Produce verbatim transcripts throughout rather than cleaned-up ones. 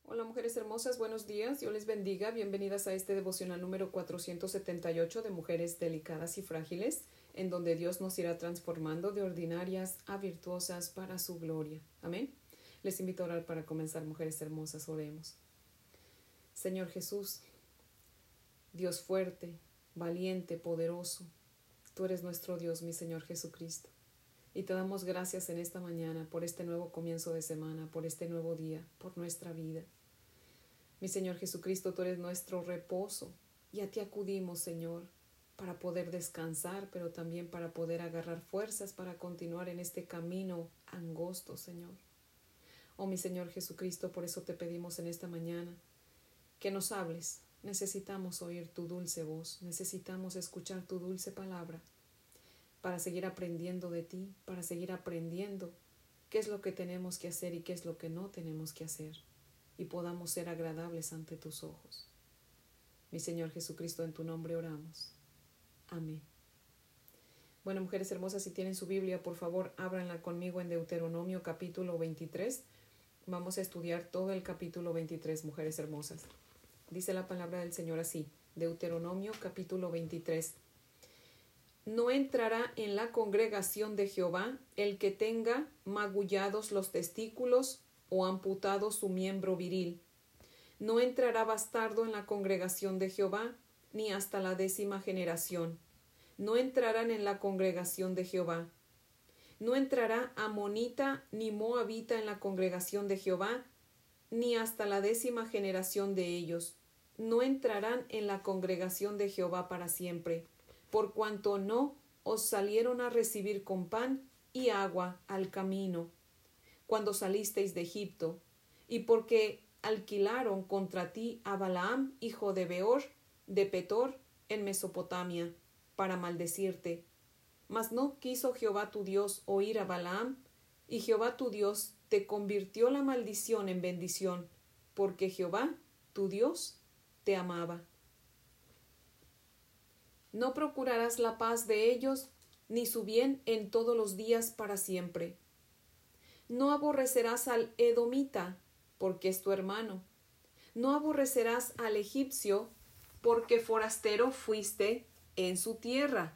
Hola mujeres hermosas, buenos días, Dios les bendiga, bienvenidas a este devocional número cuatrocientos setenta y ocho de mujeres delicadas y frágiles, en donde Dios nos irá transformando de ordinarias a virtuosas para su gloria. Amén. Les invito a orar para comenzar, mujeres hermosas, oremos. Señor Jesús, Dios fuerte, valiente, poderoso, tú eres nuestro Dios, mi Señor Jesucristo. Y te damos gracias en esta mañana por este nuevo comienzo de semana, por este nuevo día, por nuestra vida. Mi Señor Jesucristo, tú eres nuestro reposo y a ti acudimos, Señor, para poder descansar, pero también para poder agarrar fuerzas para continuar en este camino angosto, Señor. Oh, mi Señor Jesucristo, por eso te pedimos en esta mañana que nos hables. Necesitamos oír tu dulce voz, necesitamos escuchar tu dulce palabra para seguir aprendiendo de ti, para seguir aprendiendo qué es lo que tenemos que hacer y qué es lo que no tenemos que hacer, y podamos ser agradables ante tus ojos. Mi Señor Jesucristo, en tu nombre oramos. Amén. Bueno, mujeres hermosas, si tienen su Biblia, por favor, ábranla conmigo en Deuteronomio capítulo veintitrés. Vamos a estudiar todo el capítulo veintitrés, mujeres hermosas. Dice la palabra del Señor así, Deuteronomio capítulo veintitrés. No entrará en la congregación de Jehová el que tenga magullados los testículos o amputado su miembro viril. No entrará bastardo en la congregación de Jehová, ni hasta la décima generación. No entrarán en la congregación de Jehová. No entrará amonita ni moabita en la congregación de Jehová, ni hasta la décima generación de ellos. No entrarán en la congregación de Jehová para siempre, por cuanto no os salieron a recibir con pan y agua al camino, cuando salisteis de Egipto, y porque alquilaron contra ti a Balaam, hijo de Beor, de Petor, en Mesopotamia, para maldecirte. Mas no quiso Jehová tu Dios oír a Balaam, y Jehová tu Dios te convirtió la maldición en bendición, porque Jehová tu Dios te amaba. No procurarás la paz de ellos, ni su bien en todos los días para siempre. No aborrecerás al edomita, porque es tu hermano. No aborrecerás al egipcio, porque forastero fuiste en su tierra.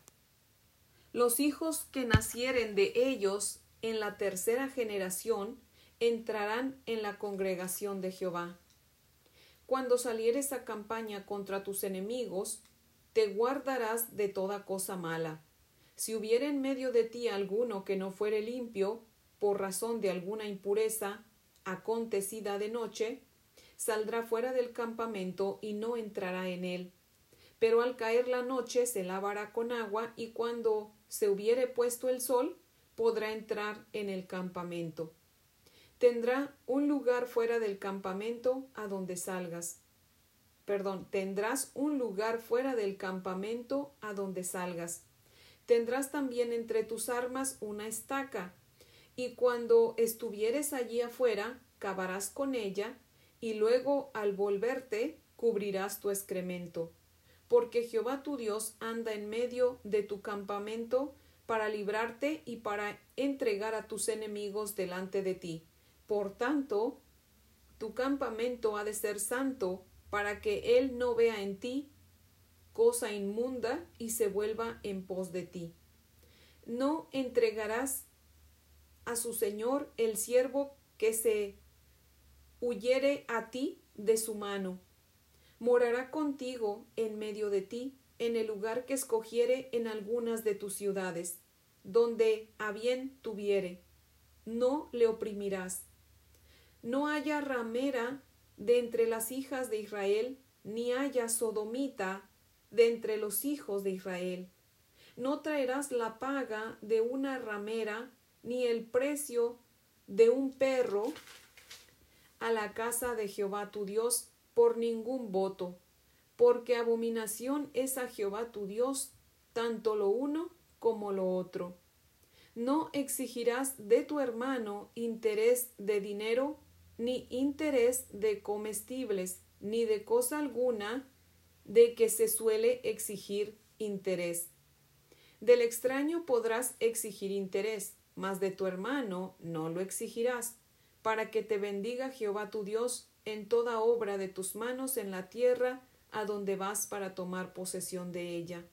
Los hijos que nacieren de ellos en la tercera generación entrarán en la congregación de Jehová. Cuando salieres a campaña contra tus enemigos, te guardarás de toda cosa mala. Si hubiere en medio de ti alguno que no fuere limpio, por razón de alguna impureza acontecida de noche, saldrá fuera del campamento y no entrará en él. Pero al caer la noche se lavará con agua, y cuando se hubiere puesto el sol, podrá entrar en el campamento. Tendrá un lugar fuera del campamento a donde salgas. Perdón, tendrás un lugar fuera del campamento a donde salgas. Tendrás también entre tus armas una estaca, y cuando estuvieres allí afuera, cavarás con ella, y luego al volverte cubrirás tu excremento. Porque Jehová tu Dios anda en medio de tu campamento para librarte y para entregar a tus enemigos delante de ti. Por tanto, tu campamento ha de ser santo, para que él no vea en ti cosa inmunda y se vuelva en pos de ti. No entregarás a su señor el siervo que se huyere a ti de su mano. Morará contigo en medio de ti, en el lugar que escogiere en algunas de tus ciudades, donde a bien tuviere. No le oprimirás. No haya ramera de entre las hijas de Israel, ni haya sodomita de entre los hijos de Israel. No traerás la paga de una ramera, ni el precio de un perro a la casa de Jehová tu Dios por ningún voto, porque abominación es a Jehová tu Dios tanto lo uno como lo otro. No exigirás de tu hermano interés de dinero, ni interés de comestibles, ni de cosa alguna de que se suele exigir interés. Del extraño podrás exigir interés, mas de tu hermano no lo exigirás, para que te bendiga Jehová tu Dios en toda obra de tus manos en la tierra a donde vas para tomar posesión de ella.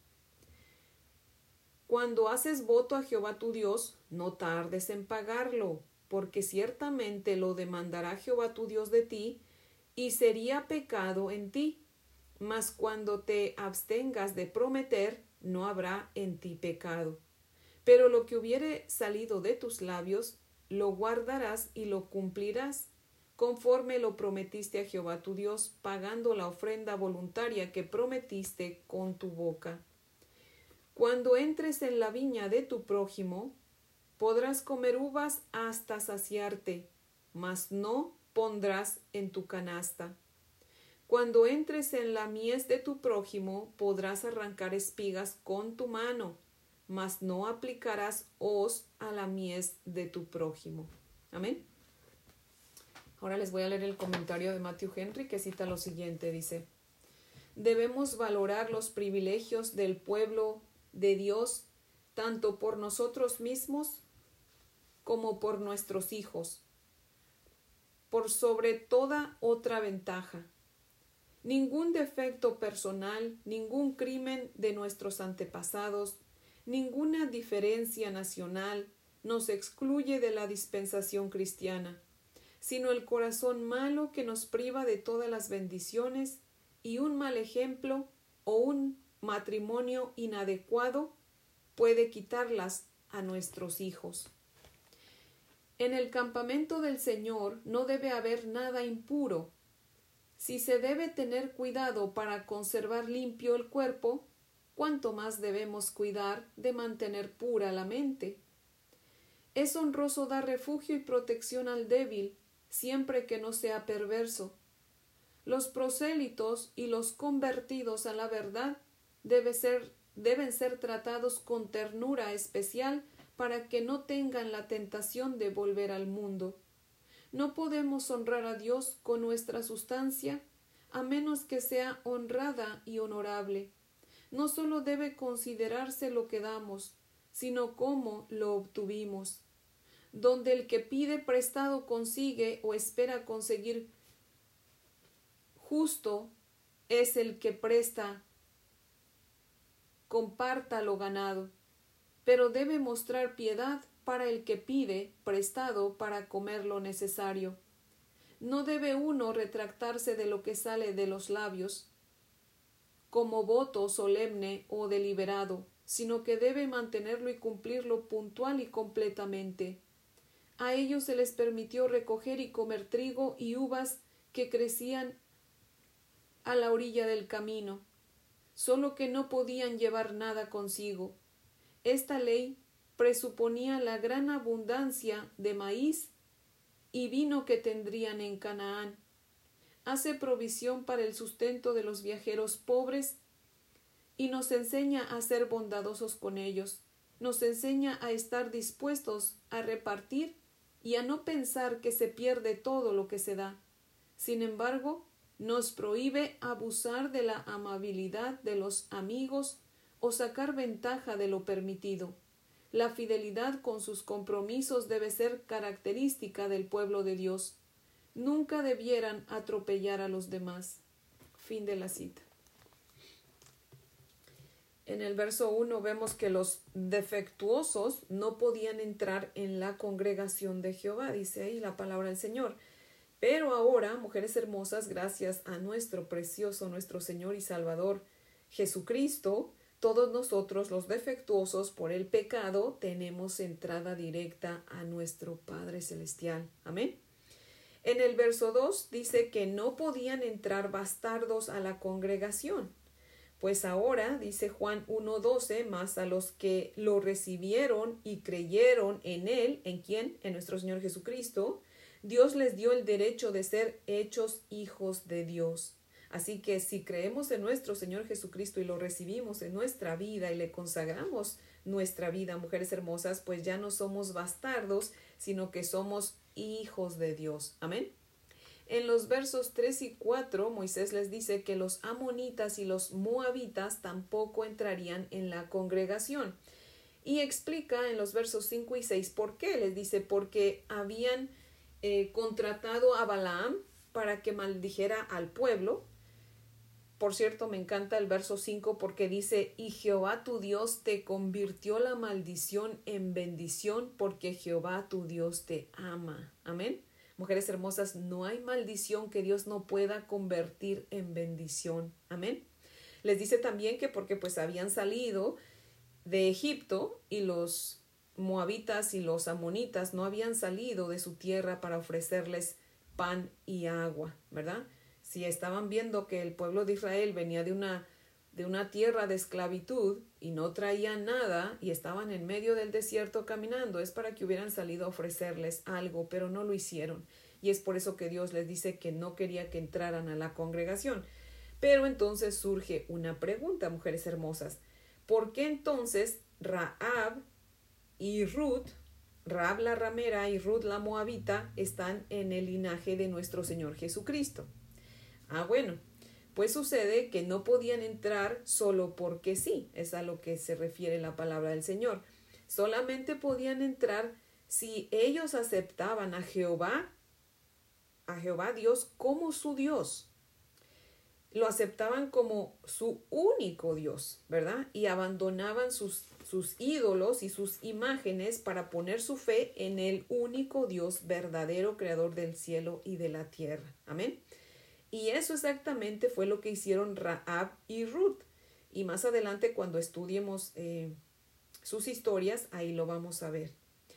Cuando haces voto a Jehová tu Dios, no tardes en pagarlo, porque ciertamente lo demandará Jehová tu Dios de ti, y sería pecado en ti. Mas cuando te abstengas de prometer, no habrá en ti pecado. Pero lo que hubiere salido de tus labios, lo guardarás y lo cumplirás, conforme lo prometiste a Jehová tu Dios, pagando la ofrenda voluntaria que prometiste con tu boca. Cuando entres en la viña de tu prójimo, podrás comer uvas hasta saciarte, mas no pondrás en tu canasta. Cuando entres en la mies de tu prójimo, podrás arrancar espigas con tu mano, mas no aplicarás hoz a la mies de tu prójimo. Amén. Ahora les voy a leer el comentario de Matthew Henry, que cita lo siguiente, dice: debemos valorar los privilegios del pueblo de Dios, tanto por nosotros mismos como por nuestros hijos, por sobre toda otra ventaja. Ningún defecto personal, ningún crimen de nuestros antepasados, ninguna diferencia nacional nos excluye de la dispensación cristiana, sino el corazón malo que nos priva de todas las bendiciones, y un mal ejemplo o un matrimonio inadecuado puede quitarlas a nuestros hijos. En el campamento del Señor no debe haber nada impuro. Si se debe tener cuidado para conservar limpio el cuerpo, cuánto más debemos cuidar de mantener pura la mente. Es honroso dar refugio y protección al débil, siempre que no sea perverso. Los prosélitos y los convertidos a la verdad debe ser, deben ser tratados con ternura especial para que no tengan la tentación de volver al mundo. No podemos honrar a Dios con nuestra sustancia, a menos que sea honrada y honorable. No solo debe considerarse lo que damos, sino cómo lo obtuvimos. Donde el que pide prestado consigue o espera conseguir justo, es el que presta, comparta lo ganado, pero debe mostrar piedad para el que pide prestado para comer lo necesario. No debe uno retractarse de lo que sale de los labios, como voto solemne o deliberado, sino que debe mantenerlo y cumplirlo puntual y completamente. A ellos se les permitió recoger y comer trigo y uvas que crecían a la orilla del camino, solo que no podían llevar nada consigo. Esta ley presuponía la gran abundancia de maíz y vino que tendrían en Canaán. Hace provisión para el sustento de los viajeros pobres y nos enseña a ser bondadosos con ellos. Nos enseña a estar dispuestos a repartir y a no pensar que se pierde todo lo que se da. Sin embargo, nos prohíbe abusar de la amabilidad de los amigos o sacar ventaja de lo permitido. La fidelidad con sus compromisos debe ser característica del pueblo de Dios. Nunca debieran atropellar a los demás. Fin de la cita. En el verso uno vemos que los defectuosos no podían entrar en la congregación de Jehová, dice ahí la palabra del Señor. Pero ahora, mujeres hermosas, gracias a nuestro precioso, nuestro Señor y Salvador Jesucristo, todos nosotros los defectuosos por el pecado tenemos entrada directa a nuestro Padre Celestial. Amén. En el verso dos dice que no podían entrar bastardos a la congregación. Pues ahora, dice Juan uno doce, más a los que lo recibieron y creyeron en Él, ¿en quién? En nuestro Señor Jesucristo, Dios les dio el derecho de ser hechos hijos de Dios. Así que si creemos en nuestro Señor Jesucristo y lo recibimos en nuestra vida y le consagramos nuestra vida, mujeres hermosas, pues ya no somos bastardos, sino que somos hijos de Dios. Amén. En los versos tres y cuatro, Moisés les dice que los amonitas y los moabitas tampoco entrarían en la congregación. Y explica en los versos cinco y seis por qué. Les dice porque habían eh, contratado a Balaam para que maldijera al pueblo. Por cierto, me encanta el verso cinco porque dice, y Jehová tu Dios te convirtió la maldición en bendición porque Jehová tu Dios te ama. Amén. Mujeres hermosas, no hay maldición que Dios no pueda convertir en bendición. Amén. Les dice también que porque pues habían salido de Egipto y los moabitas y los amonitas no habían salido de su tierra para ofrecerles pan y agua, ¿verdad? Si estaban viendo que el pueblo de Israel venía de una, de una tierra de esclavitud y no traían nada y estaban en medio del desierto caminando, es para que hubieran salido a ofrecerles algo, pero no lo hicieron. Y es por eso que Dios les dice que no quería que entraran a la congregación. Pero entonces surge una pregunta, mujeres hermosas. ¿Por qué entonces Rahab y Ruth, Rahab la ramera y Ruth la moabita, están en el linaje de nuestro Señor Jesucristo? Ah, bueno, pues sucede que no podían entrar solo porque sí, es a lo que se refiere la palabra del Señor. Solamente podían entrar si ellos aceptaban a Jehová, a Jehová Dios como su Dios. Lo aceptaban como su único Dios, ¿verdad? Y abandonaban sus, sus ídolos y sus imágenes para poner su fe en el único Dios verdadero, creador del cielo y de la tierra. Amén. Y eso exactamente fue lo que hicieron Rahab y Ruth. Y más adelante, cuando estudiemos eh, sus historias, ahí lo vamos a ver.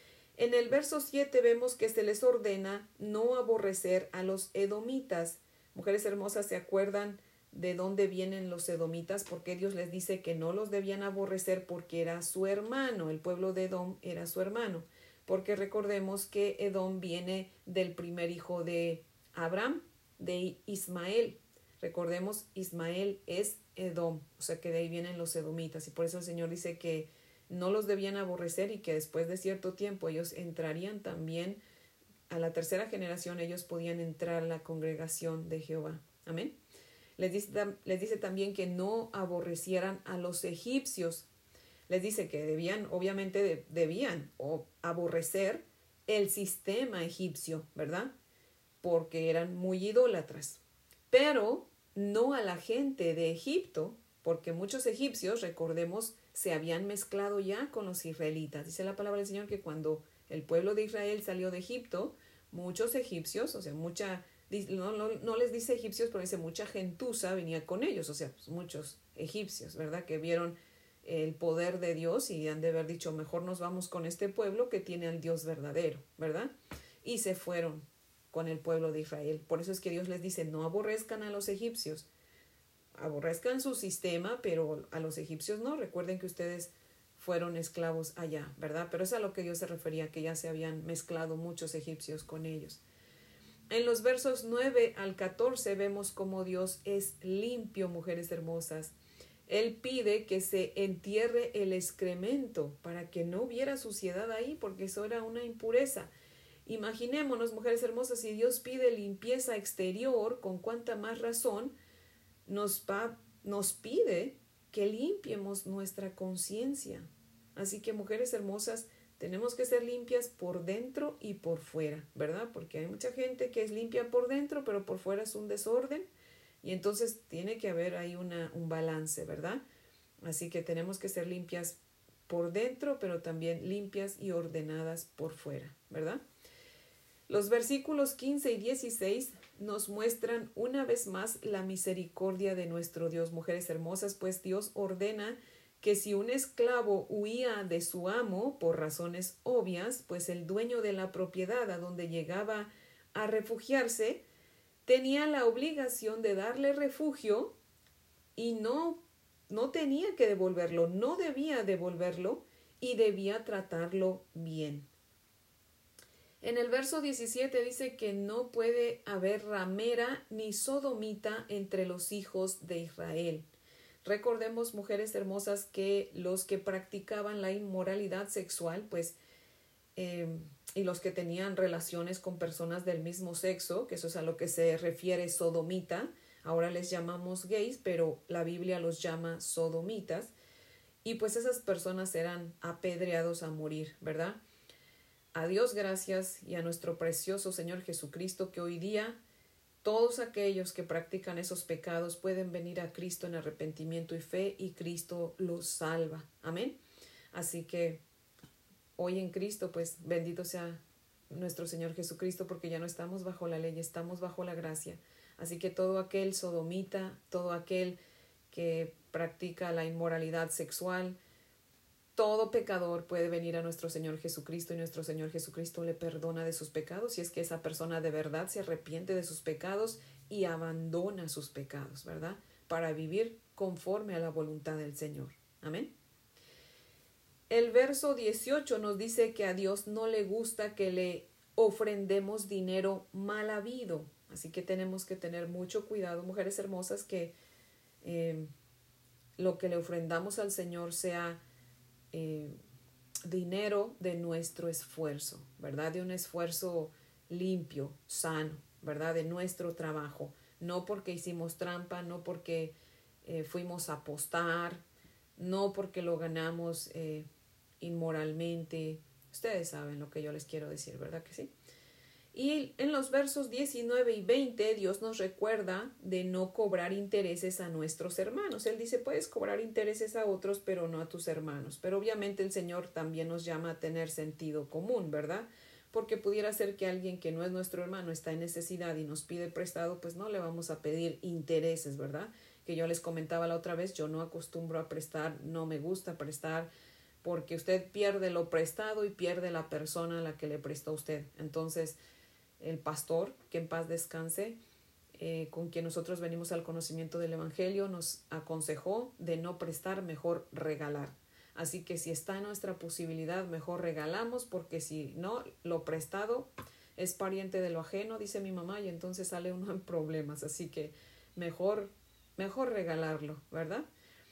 En el verso siete vemos que se les ordena no aborrecer a los edomitas. Mujeres hermosas, ¿se acuerdan de dónde vienen los edomitas? Porque Dios les dice que no los debían aborrecer porque era su hermano. El pueblo de Edom era su hermano. Porque recordemos que Edom viene del primer hijo de Abraham, de Ismael. Recordemos, Ismael es Edom, o sea que de ahí vienen los edomitas, y por eso el Señor dice que no los debían aborrecer y que después de cierto tiempo ellos entrarían también a la tercera generación, ellos podían entrar a la congregación de Jehová. Amén. Les dice, les dice también que no aborrecieran a los egipcios. Les dice que debían, obviamente de, debían o aborrecer el sistema egipcio, ¿verdad? Porque eran muy idólatras, pero no a la gente de Egipto, porque muchos egipcios, recordemos, se habían mezclado ya con los israelitas. Dice la palabra del Señor que cuando el pueblo de Israel salió de Egipto, muchos egipcios, o sea, mucha, no, no, no les dice egipcios, pero dice mucha gentuza venía con ellos, o sea, pues muchos egipcios, ¿verdad? Que vieron el poder de Dios y han de haber dicho, mejor nos vamos con este pueblo que tiene al Dios verdadero, ¿verdad? Y se fueron con el pueblo de Israel. Por eso es que Dios les dice, no aborrezcan a los egipcios. Aborrezcan su sistema, pero a los egipcios no. Recuerden que ustedes fueron esclavos allá, ¿verdad? Pero es a lo que Dios se refería, que ya se habían mezclado muchos egipcios con ellos. En los versos nueve al catorce vemos cómo Dios es limpio, mujeres hermosas. Él pide que se entierre el excremento para que no hubiera suciedad ahí, porque eso era una impureza. Imaginémonos, mujeres hermosas, si Dios pide limpieza exterior, con cuánta más razón nos, va, nos pide que limpiemos nuestra conciencia. Así que, mujeres hermosas, tenemos que ser limpias por dentro y por fuera, ¿verdad? Porque hay mucha gente que es limpia por dentro, pero por fuera es un desorden, y entonces tiene que haber ahí una, un balance, ¿verdad? Así que tenemos que ser limpias por dentro, pero también limpias y ordenadas por fuera, ¿verdad? Los versículos quince y dieciséis nos muestran una vez más la misericordia de nuestro Dios. Mujeres hermosas, pues Dios ordena que si un esclavo huía de su amo por razones obvias, pues el dueño de la propiedad a donde llegaba a refugiarse tenía la obligación de darle refugio y no, no tenía que devolverlo, no debía devolverlo y debía tratarlo bien. En el verso diecisiete dice que no puede haber ramera ni sodomita entre los hijos de Israel. Recordemos, mujeres hermosas, que los que practicaban la inmoralidad sexual, pues, eh, y los que tenían relaciones con personas del mismo sexo, que eso es a lo que se refiere sodomita, ahora les llamamos gays, pero la Biblia los llama sodomitas, y pues esas personas eran apedreados a morir, ¿verdad? A Dios gracias y a nuestro precioso Señor Jesucristo, que hoy día Todos aquellos que practican esos pecados pueden venir a Cristo en arrepentimiento y fe y Cristo los salva. Amén. Así que hoy en Cristo, pues bendito sea nuestro Señor Jesucristo, porque ya no estamos bajo la ley, estamos bajo la gracia. Así que todo aquel sodomita, todo aquel que practica la inmoralidad sexual, todo pecador puede venir a nuestro Señor Jesucristo y nuestro Señor Jesucristo le perdona de sus pecados si es que esa persona de verdad se arrepiente de sus pecados y abandona sus pecados, ¿verdad? Para vivir conforme a la voluntad del Señor. Amén. El verso dieciocho nos dice que a Dios no le gusta que le ofrendemos dinero mal habido. Así que tenemos que tener mucho cuidado, mujeres hermosas, que eh, lo que le ofrendamos al Señor sea Eh, dinero de nuestro esfuerzo, ¿verdad? De un esfuerzo limpio, sano, ¿verdad? De nuestro trabajo, no porque hicimos trampa, no porque eh, fuimos a apostar, no porque lo ganamos eh, inmoralmente. Ustedes saben lo que yo les quiero decir, ¿verdad que sí? Y en los versos diecinueve y veinte Dios nos recuerda de no cobrar intereses a nuestros hermanos. Él dice, puedes cobrar intereses a otros, pero no a tus hermanos. Pero obviamente el Señor también nos llama a tener sentido común, ¿verdad? Porque pudiera ser que alguien que no es nuestro hermano está en necesidad y nos pide prestado, pues no le vamos a pedir intereses, ¿verdad? Que yo les comentaba la otra vez, yo no acostumbro a prestar, no me gusta prestar, porque usted pierde lo prestado y pierde la persona a la que le prestó a usted. Entonces, el pastor, que en paz descanse, eh, con quien nosotros venimos al conocimiento del Evangelio, nos aconsejó de no prestar, mejor regalar. Así que si está en nuestra posibilidad, mejor regalamos, porque si no, lo prestado es pariente de lo ajeno, dice mi mamá, y entonces sale uno en problemas. Así que mejor, mejor regalarlo, ¿verdad?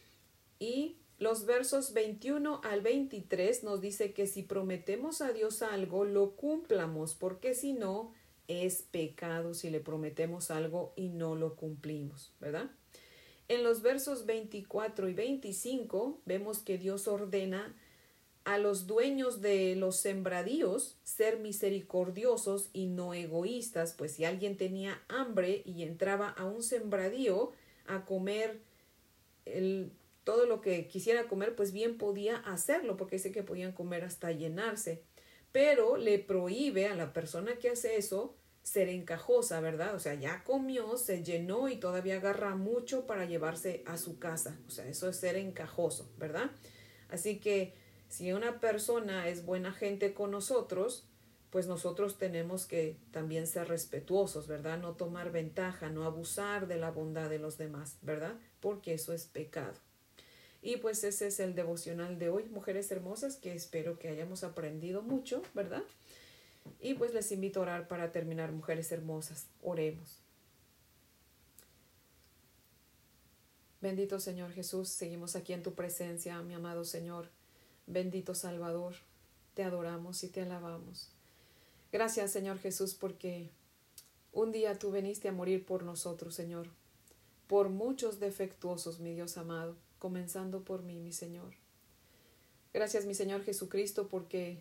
Y los versos veintiuno al veintitrés nos dice que si prometemos a Dios algo, lo cumplamos, porque si no, es pecado si le prometemos algo y no lo cumplimos, ¿verdad? En los versos veinticuatro y veinticinco vemos que Dios ordena a los dueños de los sembradíos ser misericordiosos y no egoístas, pues si alguien tenía hambre y entraba a un sembradío a comer el todo lo que quisiera comer, pues bien podía hacerlo, porque sé que podían comer hasta llenarse, pero le prohíbe a la persona que hace eso ser encajosa, ¿verdad? O sea, ya comió, se llenó y todavía agarra mucho para llevarse a su casa. O sea, eso es ser encajoso, ¿verdad? Así que si una persona es buena gente con nosotros, pues nosotros tenemos que también ser respetuosos, ¿verdad? No tomar ventaja, no abusar de la bondad de los demás, ¿verdad? Porque eso es pecado. Y pues ese es el devocional de hoy, mujeres hermosas, que espero que hayamos aprendido mucho, ¿verdad? Y pues les invito a orar para terminar, mujeres hermosas. Oremos. Bendito Señor Jesús, seguimos aquí en tu presencia, mi amado Señor. Bendito Salvador, te adoramos y te alabamos. Gracias, Señor Jesús, porque un día tú viniste a morir por nosotros, Señor, por muchos defectuosos, mi Dios amado, comenzando por mí, mi Señor. Gracias, mi Señor Jesucristo, porque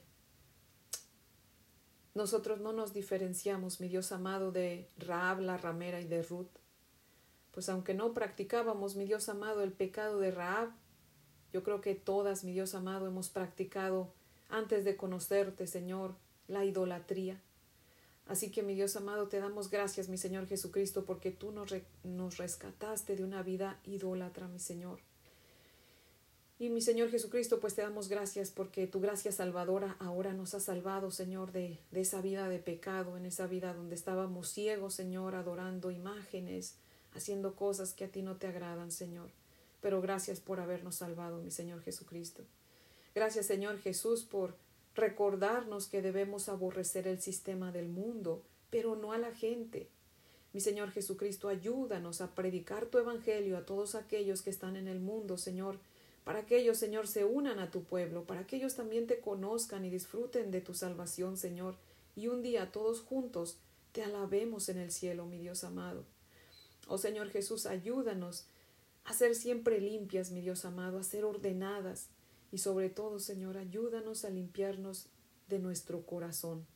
nosotros no nos diferenciamos, mi Dios amado, de Rahab la ramera y de Ruth. Pues aunque no practicábamos, mi Dios amado, el pecado de Rahab, yo creo que todas, mi Dios amado, hemos practicado antes de conocerte, Señor, la idolatría. Así que, mi Dios amado, te damos gracias, mi Señor Jesucristo, porque tú nos, re- nos rescataste de una vida idólatra, mi Señor. Y mi Señor Jesucristo, pues te damos gracias porque tu gracia salvadora ahora nos ha salvado, Señor, de, de esa vida de pecado, en esa vida donde estábamos ciegos, Señor, adorando imágenes, haciendo cosas que a ti no te agradan, Señor. Pero gracias por habernos salvado, mi Señor Jesucristo. Gracias, Señor Jesús, por recordarnos que debemos aborrecer el sistema del mundo, pero no a la gente. Mi Señor Jesucristo, ayúdanos a predicar tu evangelio a todos aquellos que están en el mundo, Señor, para que ellos, Señor, se unan a tu pueblo, para que ellos también te conozcan y disfruten de tu salvación, Señor, y un día todos juntos te alabemos en el cielo, mi Dios amado. Oh Señor Jesús, ayúdanos a ser siempre limpias, mi Dios amado, a ser ordenadas, y sobre todo, Señor, ayúdanos a limpiarnos de nuestro corazón.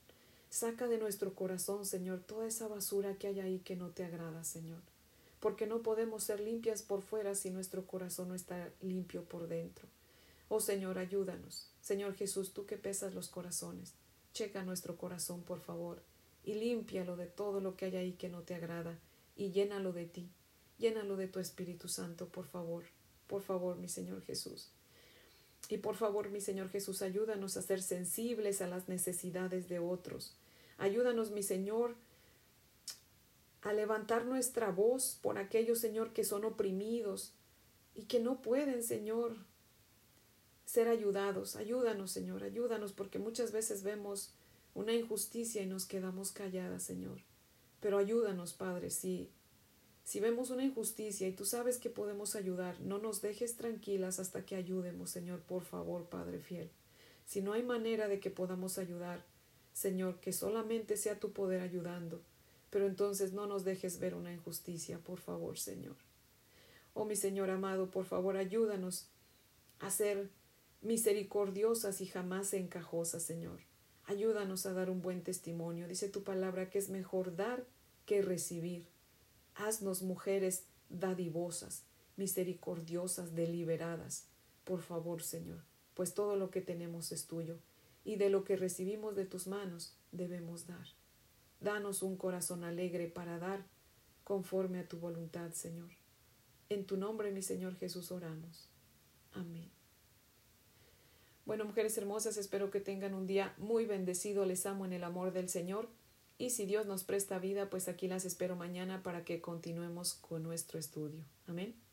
Saca de nuestro corazón, Señor, toda esa basura que hay ahí que no te agrada, Señor. Porque no podemos ser limpias por fuera si nuestro corazón no está limpio por dentro. Oh Señor, ayúdanos. Señor Jesús, tú que pesas los corazones, checa nuestro corazón, por favor, y límpialo de todo lo que hay ahí que no te agrada, y llénalo de ti, llénalo de tu Espíritu Santo, por favor, por favor, mi Señor Jesús. Y por favor, mi Señor Jesús, ayúdanos a ser sensibles a las necesidades de otros. Ayúdanos, mi Señor, a levantar nuestra voz por aquellos, Señor, que son oprimidos y que no pueden, Señor, ser ayudados. Ayúdanos, Señor, ayúdanos, porque muchas veces vemos una injusticia y nos quedamos calladas, Señor. Pero ayúdanos, Padre, si, si vemos una injusticia y tú sabes que podemos ayudar, no nos dejes tranquilas hasta que ayudemos, Señor, por favor, Padre fiel. Si no hay manera de que podamos ayudar, Señor, que solamente sea tu poder ayudando, pero entonces no nos dejes ver una injusticia, por favor, Señor. Oh, mi Señor amado, por favor, ayúdanos a ser misericordiosas y jamás encajosas, Señor. Ayúdanos a dar un buen testimonio. Dice tu palabra que es mejor dar que recibir. Haznos mujeres dadivosas, misericordiosas, deliberadas. Por favor, Señor, pues todo lo que tenemos es tuyo, y de lo que recibimos de tus manos debemos dar. Danos un corazón alegre para dar conforme a tu voluntad, Señor. En tu nombre, mi Señor Jesús, oramos. Amén. Bueno, mujeres hermosas, espero que tengan un día muy bendecido. Les amo en el amor del Señor. Y si Dios nos presta vida, pues aquí las espero mañana para que continuemos con nuestro estudio. Amén.